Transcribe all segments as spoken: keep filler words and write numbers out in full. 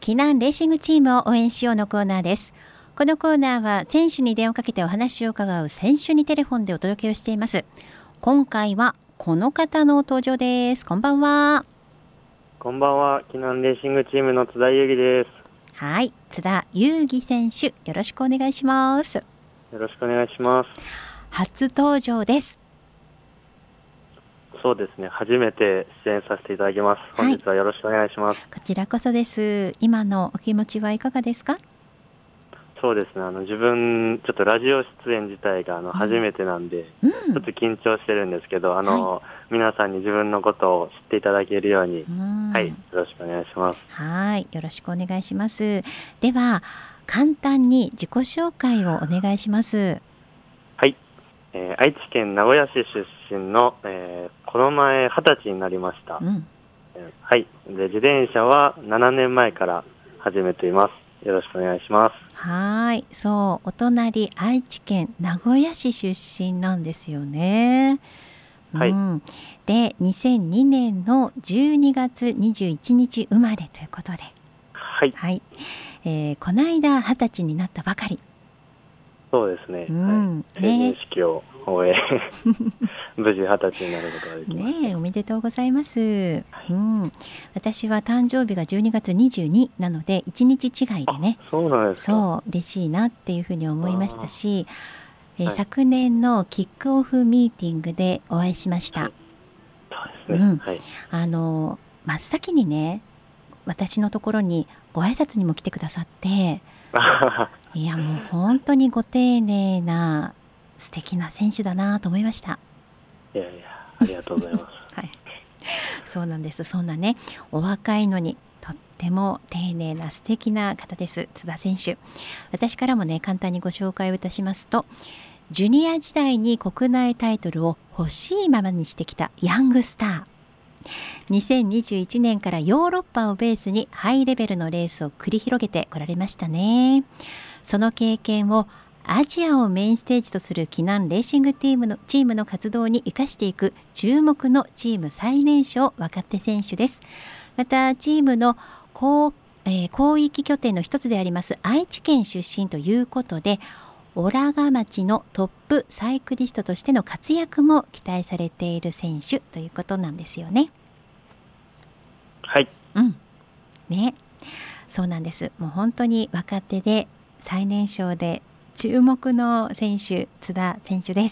避難レーシングチームを応援しようのコーナーです。このコーナーは選手に電話をかけてお話を伺う選手にテレフォンでお届けをしています。今回はこの方の登場です。こんばんは。 こんばんは。避難レーシングチームの津田裕樹です。 はい、津田裕樹選手、よろしくお願いします。 よろしくお願いします。 初登場です。 そうですね、初めて出演させていただきます。本日はよろしくお願いします。はい、 こちらこそです。今のお気持ちはいかがですか？ そうですね、あの自分ちょっとラジオ出演自体があの初めてなんで、うん、ちょっと緊張してるんですけど、あの、はい、皆さんに自分のことを知っていただけるように、はい、よろしくお願いします。 はい、よろしくお願いします。では簡単に自己紹介をお願いします。 はい、えー、愛知県名古屋市出身の、えー、この前はたちになりました。うん、はい、で自転車はななねんまえから始めています。よろしくお願いします。 はい、そう、お隣愛知県名古屋市出身なんですよね。 はい、 うん、でにせんにねんのじゅうにがつにじゅういちにち生まれということで、 はい、 はい、えー、この間はたちになったばかり。 そうですね、うん、はい、成人式を終え無事はたちになることができました。 ねえ、おめでとうございます。はい、うん、私は誕生日がじゅうにがつにじゅうになのでいちにち違いでね、 そうなんですか。 そう嬉しいなっていうふうに思いましたし、えーはい、昨年のキックオフミーティングでお会いしました。はい、 そうですね、うん、はい、 あの真っ先にね、私のところにご挨拶にも来てくださっていやもう本当にご丁寧な素敵な選手だなと思いました。 いやいや、ありがとうございます、 はい、そうなんです。そんなね、お若いのにとっても丁寧な素敵な方です、津田選手。私からもね、簡単にご紹介をいたしますと、ジュニア時代に国内タイトルを欲しいままにしてきたヤングスター。にせんにじゅういちねんからヨーロッパをベースにハイレベルのレースを繰り広げてこられましたね。その経験をアジアをメインステージとする避難レーシングチームのチームの活動に生かしていく注目のチーム最年少若手選手です。またチームの広、えー、広域拠点の一つであります愛知県出身ということで、オラガ町のトップサイクリストとしての活躍も期待されている選手ということなんですよね。 はい、 うん、ね、そうなんです。もう本当に若手で最年少で注目の選手、津田選手です。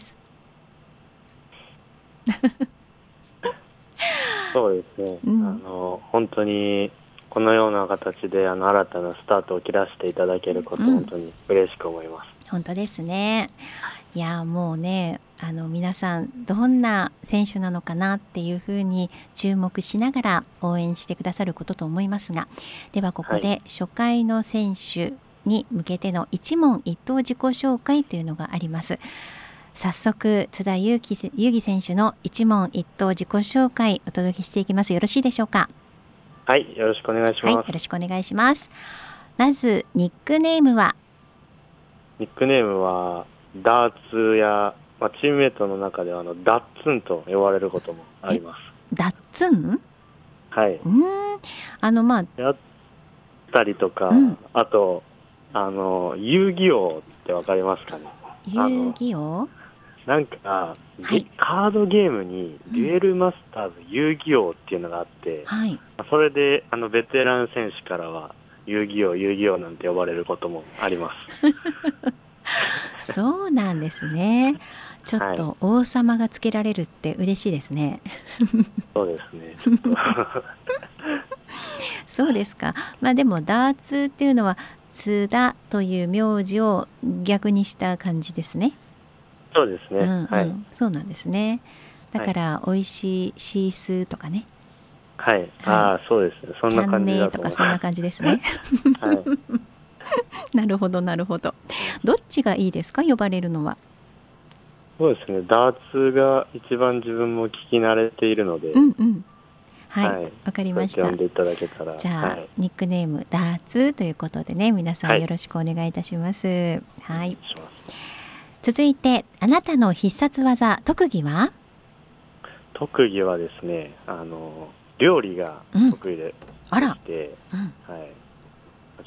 そうですね、うん、あの本当にこのような形であの新たなスタートを切らせていただけること、うん、本当に嬉しく思います。 本当ですね。いやもうね、あの皆さんどんな選手なのかなっていうふうに注目しながら応援してくださることと思いますが、ではここで初回の選手に向けての一問一答自己紹介というのがあります。早速津田裕樹選手の一問一答自己紹介お届けしていきます。よろしいでしょうか？ はい、よろしくお願いします。 はい、よろしくお願いします。まずニックネームは？ ニックネームはダーツや、まあ、チームメイトの中ではあのダッツンと呼ばれることもあります。 ダッツン？ はい。 うーん、あのまあやったりとか、うん、あとあの遊戯王ってわかりますかね？ 遊戯王？ なんか、はい、カードゲームにデュエルマスターズ遊戯王っていうのがあって、はい、それであのベテラン選手からは遊戯王遊戯王なんて呼ばれることもありますそうなんですね。ちょっと王様がつけられるって嬉しいですね。 そうですね、ちょっとそうですか。まあでもダーツっていうのは津田という名字を逆にした感じですね。 そうですね、うんうん、はい、 そうなんですね。だから、はい、美味しいシースーとかね。 はい、はい、ああそうですね、そんな感じだと思います。 チャンネーとかそんな感じですね。はい、なるほどなるほど。どっちがいいですか、呼ばれるのは？ そうですね、ダーツが一番自分も聞き慣れているので、 うんうん、はい、わ、はい、かりました。 呼んでいただけたら、 じゃあ、 はい、 ニックネームダーツということでね、皆さんよろしくお願いいたします。はい、はい、続いてあなたの必殺技、特技は？ 特技はですね、あの料理が得意で、 うん、あら、 で、 うん、 はい、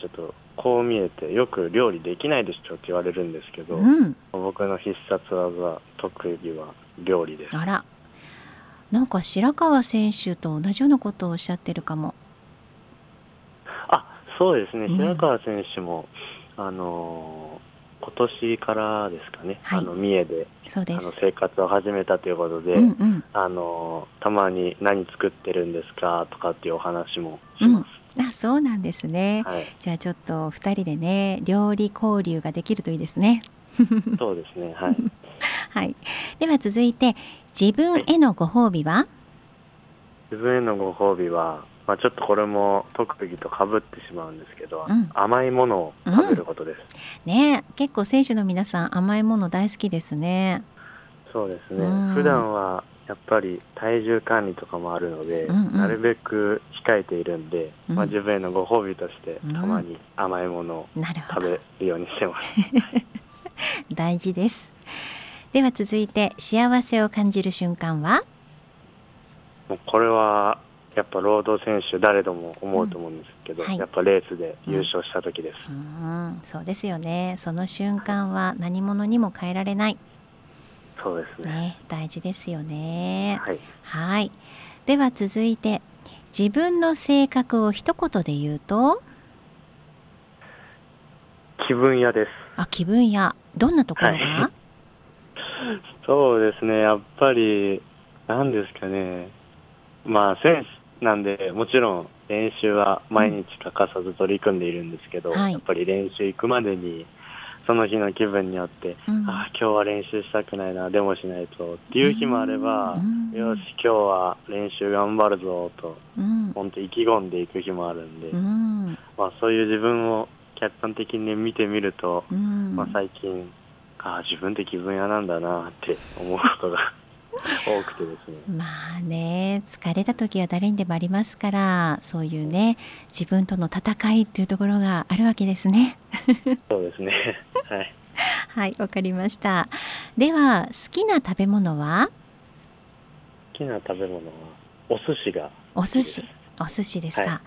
ちょっとこう見えてよく料理できないでしょって言われるんですけど、うん、僕の必殺技、特技は料理です。 あら、なんか白川選手と同じようなことをおっしゃってるかも。 あ、そうですね、うん、白川選手もあのー、今年からですかね、はい、あの三重でそうです、 あの生活を始めたということで、うんうん、あのー、たまに何作ってるんですかとかっていうお話もします。 うん、あ、そうなんですね、はい、じゃあちょっとふたりでね料理交流ができるといいですね。 そうですね、はい、 はい、では続いて自分へのご褒美は、はい、 自分へのご褒美は、まあ、ちょっとこれも特技とかぶってしまうんですけど、うん、甘いものを食べることです、 うん、ね、結構選手の皆さん甘いもの大好きですね。 そうですね、うん、普段はやっぱり体重管理とかもあるので、うんうん、なるべく控えているんで、うん、まあ、自分へのご褒美としてたまに甘いものを食べるようにしてます、 うん、大事です。では続いて幸せを感じる瞬間は？ もうこれはやっぱロード選手誰でも思うと思うんですけど、うん、はい、やっぱレースで優勝した時です、 うんうん、そうですよね。その瞬間は何者にも変えられない、 そうですね、 ね、大事ですよね。 はい、 はい、では続いて自分の性格を一言で言うと？ 気分屋です。 あ、気分屋、どんなところが？はい、 そうですね、やっぱりなんですかね、まあ選手なんでもちろん練習は毎日欠かさず取り組んでいるんですけど、うん、やっぱり練習行くまでにその日の気分によって、うん、あ、今日は練習したくないな、でもしないとっていう日もあれば、うん、よし今日は練習頑張るぞと、うん、本当意気込んでいく日もあるんで、うん、まあ、そういう自分を客観的に見てみると、うん、まあ、最近あ、自分って気分屋なんだなって思うことが多くてですね。 まあね、疲れた時は誰にでもありますから、そういうね、自分との戦いっていうところがあるわけですね。 そうですね。はい。 はい、わかりました。では好きな食べ物は？ 好きな食べ物はお寿司が好きです。 お寿司、お寿司ですか。 はい、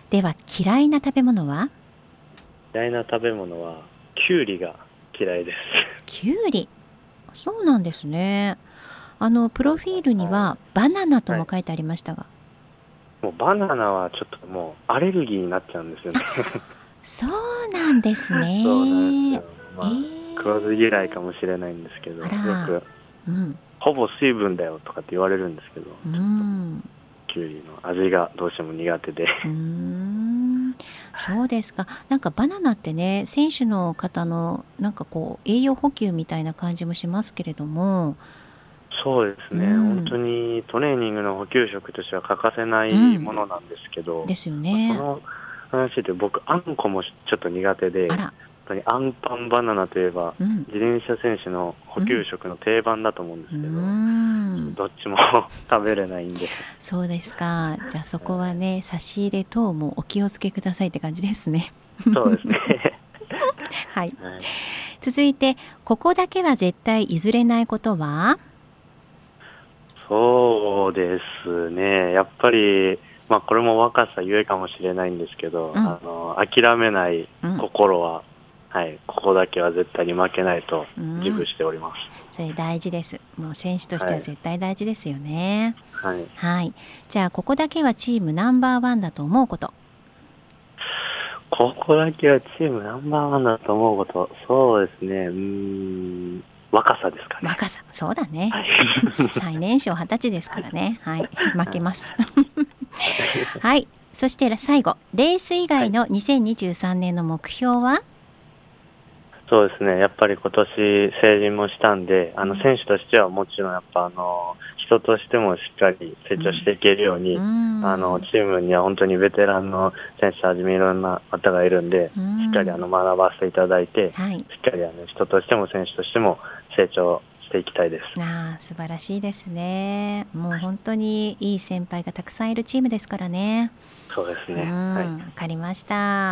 では嫌いな食べ物は？ 嫌いな食べ物はきゅうりが嫌いです。 きゅうり、そうなんですね。あのプロフィールにはバナナとも書いてありましたが、はい、 もうバナナはちょっともうアレルギーになっちゃうんですよね。 そうなんですね。 そうなんですよ。まあ、えー、食わず嫌いかもしれないんですけど、よく、うん、ほぼ水分だよとかって言われるんですけど、うん、きゅうりの味がどうしても苦手で。 うーん、そうですか。なんかバナナってね、選手の方のなんかこう栄養補給みたいな感じもしますけれども。 そうですね、うん、本当にトレーニングの補給食としては欠かせないものなんですけど、 うん、ですよね。 その話で僕あんこもちょっと苦手で、 あら、 本当にあんパンバナナといえば、うん、自転車選手の補給食の定番だと思うんですけど、うん、どっちも食べれないんで。 そうですか。じゃあそこはね、差し入れ等もお気をつけくださいって感じですね。 そうですね。 はい、はい、続いてここだけは絶対譲れないことは？ そうですね、やっぱり、まあ、これも若さゆえかもしれないんですけど、うん、あの諦めない心は、うん、はい、ここだけは絶対に負けないと自負しております、 うん、それ大事です。もう選手としては絶対大事ですよね。 はい、 はい、じゃあここだけはチームナンバーワンだと思うこと？ ここだけはチームナンバーワンだと思うこと、そうですね、うーん、若さですかね。 若さ、そうだね。 はい、 最年少はたちですからね。はい、負けます。はい、そして最後、レース以外のにせんにじゅうさんねんの目標は？はい、 そうですね、やっぱり今年成人もしたんで、あの選手としてはもちろんやっぱあの人としてもしっかり成長していけるように、うん、あのチームには本当にベテランの選手はじめいろんな方がいるんで、うん、しっかりあの学ばせていただいて、はい、しっかりあの人としても選手としても成長していきたいです。 ああ、素晴らしいですね。もう本当にいい先輩がたくさんいるチームですからね。 そうですね。 はい、わかりました。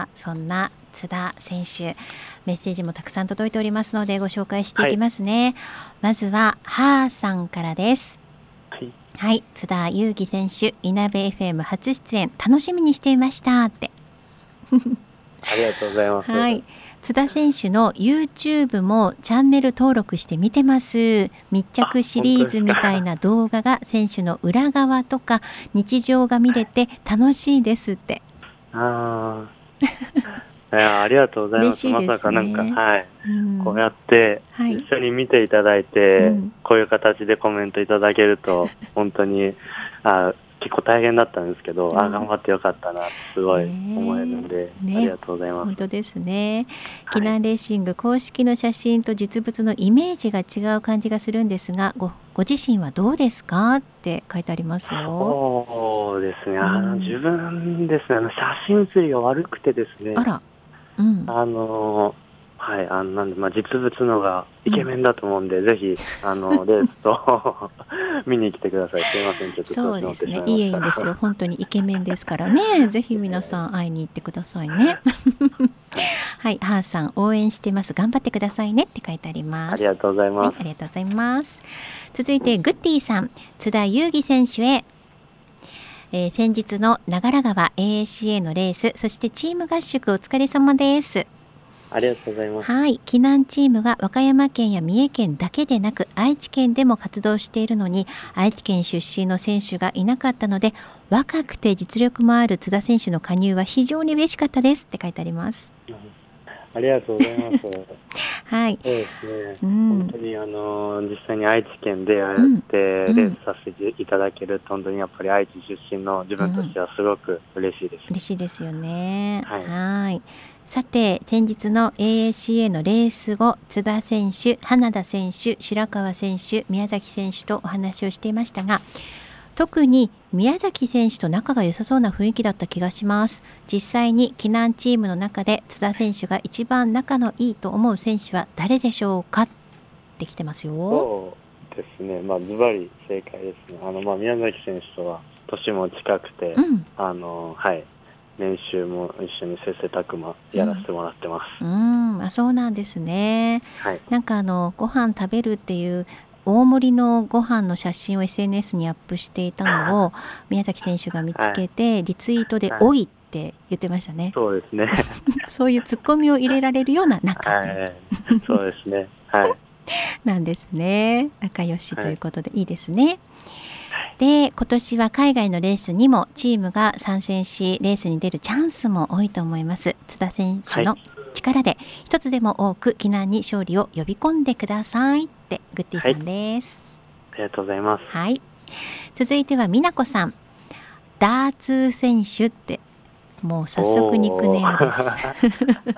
そんな津田選手、メッセージもたくさん届いておりますのでご紹介していきますね。はい、まずははーさんからです。はい、はい、津田祐希選手、いなべ エフエム 初出演楽しみにしていましたって。 ありがとうございます。 はい、津田選手の YouTube もチャンネル登録して見てます。密着シリーズみたいな動画が選手の裏側とか日常が見れて楽しいですって。 あいやありがとうございます。 嬉しいですね。 まさかなんか、はい、 うん、 こうやって一緒に見ていただいて、はい、こういう形でコメントいただけると本当にあ結構大変だったんですけど、うん、あ頑張ってよかったなってすごい思えるんで、ね、ありがとうございます。 本当ですね。キナンレーシング公式の写真と実物のイメージが違う感じがするんですが、ごご自身はどうですかって書いてありますよ。 そうですね、あの、うん、自分ですね、あの写真写りが悪くてですね、 あら、うん、 あのはい、あのなんで、まあ、実物のがイケメンだと思うんで、うん、ぜひあのレースと見に来てください。すいません、ちょっとそうですね、いえいいんですよ。本当にイケメンですからね。ぜひ皆さん会いに行ってくださいね。はい、ハーさん応援してます。頑張ってくださいねって書いてあります。 ありがとうございます。 はい、ありがとうございます。続いてグッティさん、津田雄希選手へ。えー、先日の長良川 エーエーシーエー のレース、そしてチーム合宿お疲れ様です。 ありがとうございます。 はい、避難チームが和歌山県や三重県だけでなく愛知県でも活動しているのに、愛知県出身の選手がいなかったので、若くて実力もある津田選手の加入は非常に嬉しかったですって書いてあります。 うん、ありがとうございます。 はい、 そうですね、うん、本当にあの実際に愛知県でああやってレースさせていただけると、本当にやっぱり愛知出身の自分としてはすごく嬉しいです。 うん、嬉しいですよね。 はい、 はい、さて先日の エーエーシーエー のレース後、津田選手、花田選手、白川選手、宮崎選手とお話をしていましたが、特に宮崎選手と仲が良さそうな雰囲気だった気がします。実際に避難チームの中で津田選手が一番仲のいいと思う選手は誰でしょうかってきてますよ。 そうですね、まあズバリ正解ですね。あのまあ宮崎選手とは年も近くて、うん、あのはい練習も一緒にせっせたくまやらせてもらってます。 うん、うん、あ、そうなんですね。 はい、 なんかあのご飯食べるっていう大盛りのご飯の写真を エスエヌエス にアップしていたのを宮崎選手が見つけて、はい、リツイートで「おい!」って言ってましたね。 そうですね。 そういうツッコミを入れられるような仲はい、そうですね。はい。 なんですね。仲良しということでいいですね。で、今年は海外のレースにもチームが参戦し、レースに出るチャンスも多いと思います。津田選手の力で一つでも多く避難に勝利を呼び込んでくださいってグッティさんです。 はい、ありがとうございます。 はい。続いては美奈子さん、ダーツ選手って、もう早速ニックネームです。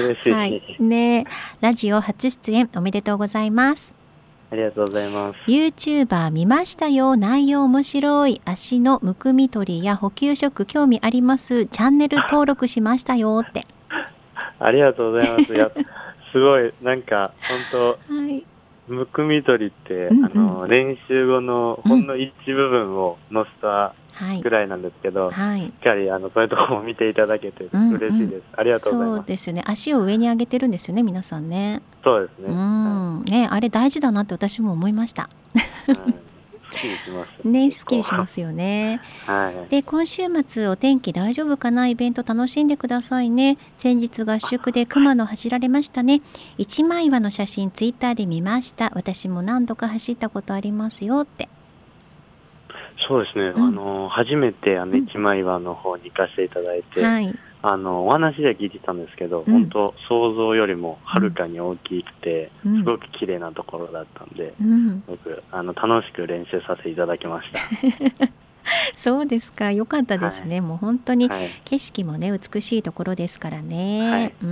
嬉しい、 はいね、ラジオ初出演おめでとうございます。 ありがとうございます。 YouTuber 見ましたよ、内容面白い、足のむくみ取りや補給食興味あります、チャンネル登録しましたよって。 ありがとうございます。やすごいなんか本当、はい、むくみ取りって、うんうん、あの練習後のほんの一部分を載せたぐらいなんですけど、はい、しっかりあのそういうところも見ていただけて嬉しいです、うんうん、ありがとうございます。 そうですよね、足を上に上げてるんですよね皆さんね。 そうですね、 うん、はい、ね、あれ大事だなって私も思いました。 はい、すっきりしますね、すっきりしますよね。はい、で今週末お天気大丈夫かな、イベント楽しんでくださいね。先日合宿で熊野走られましたね。一枚岩の写真ツイッターで見ました。私も何度か走ったことありますよって。 そうですね、うん、あの初めてあの一枚岩の方に行かせていただいて、うん、はい、あのお話では聞いてたんですけど、うん、本当想像よりもはるかに大きくて、うん、すごく綺麗なところだったんで、うん、僕あの楽しく練習させていただきました。 そうですか、良かったですね、はい、もう本当に景色もね美しいところですからね、はい、うん、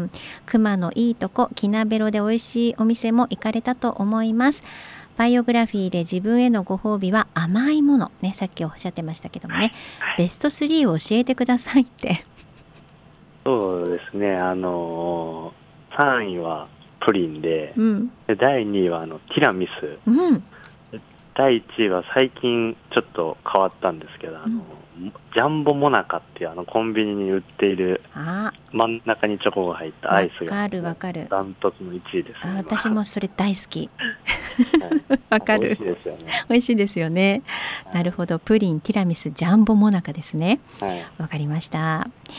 熊のいいとこ、きなべろで美味しいお店も行かれたと思います。バイオグラフィーで自分へのご褒美は甘いものね、さっきおっしゃってましたけどもね、はい、ベストスリーを教えてくださいって。 そうですね、あのー、さんいはプリンで、うん、でだいにいはあのティラミス、うん、だいいちいは最近ちょっと変わったんですけど、あの、うん、ジャンボモナカっていうあのコンビニに売っている真ん中にチョコが入ったアイスがダントツのいちいですね。 あ、私もそれ大好き。わかる。美味しいですよね。美味しいですよね。なるほど、プリン、ティラミス、ジャンボモナカですね。はい、わかりました。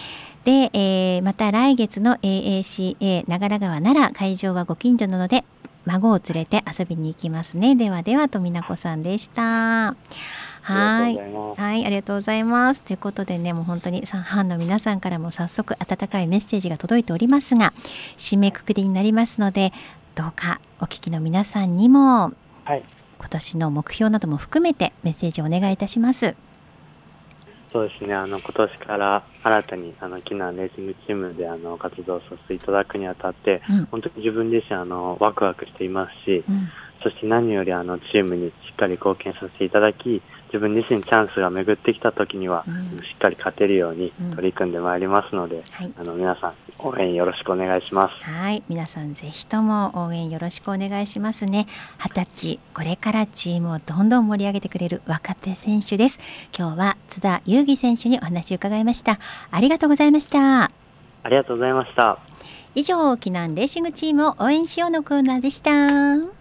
で、えー、また来月の エーエーシーエー 長良川なら会場はご近所なので孫を連れて遊びに行きますね。ではではとみなこさんでした。はい、はい、ありがとうございます。ということでね、もう本当にファンの皆さんからも早速温かいメッセージが届いておりますが、締めくくりになりますので、どうかお聞きの皆さんにも、はい、今年の目標なども含めてメッセージをお願いいたします。 そうですね、あの今年から新たにあのキナンレーシングチームであの活動させていただくにあたって、うん、本当に自分自身あのワクワクしていますし、うん、そして何よりあのチームにしっかり貢献させていただき、自分自身チャンスが巡ってきた時には、うん、しっかり勝てるように取り組んでまいりますので、うんはい、あの皆さん応援よろしくお願いします。 はい、皆さんぜひとも応援よろしくお願いしますね。はたち、これからチームをどんどん盛り上げてくれる若手選手です。今日は津田悠希選手にお話を伺いました。ありがとうございました。 ありがとうございました。 以上、キナンレーシングチームを応援しようのコーナーでした。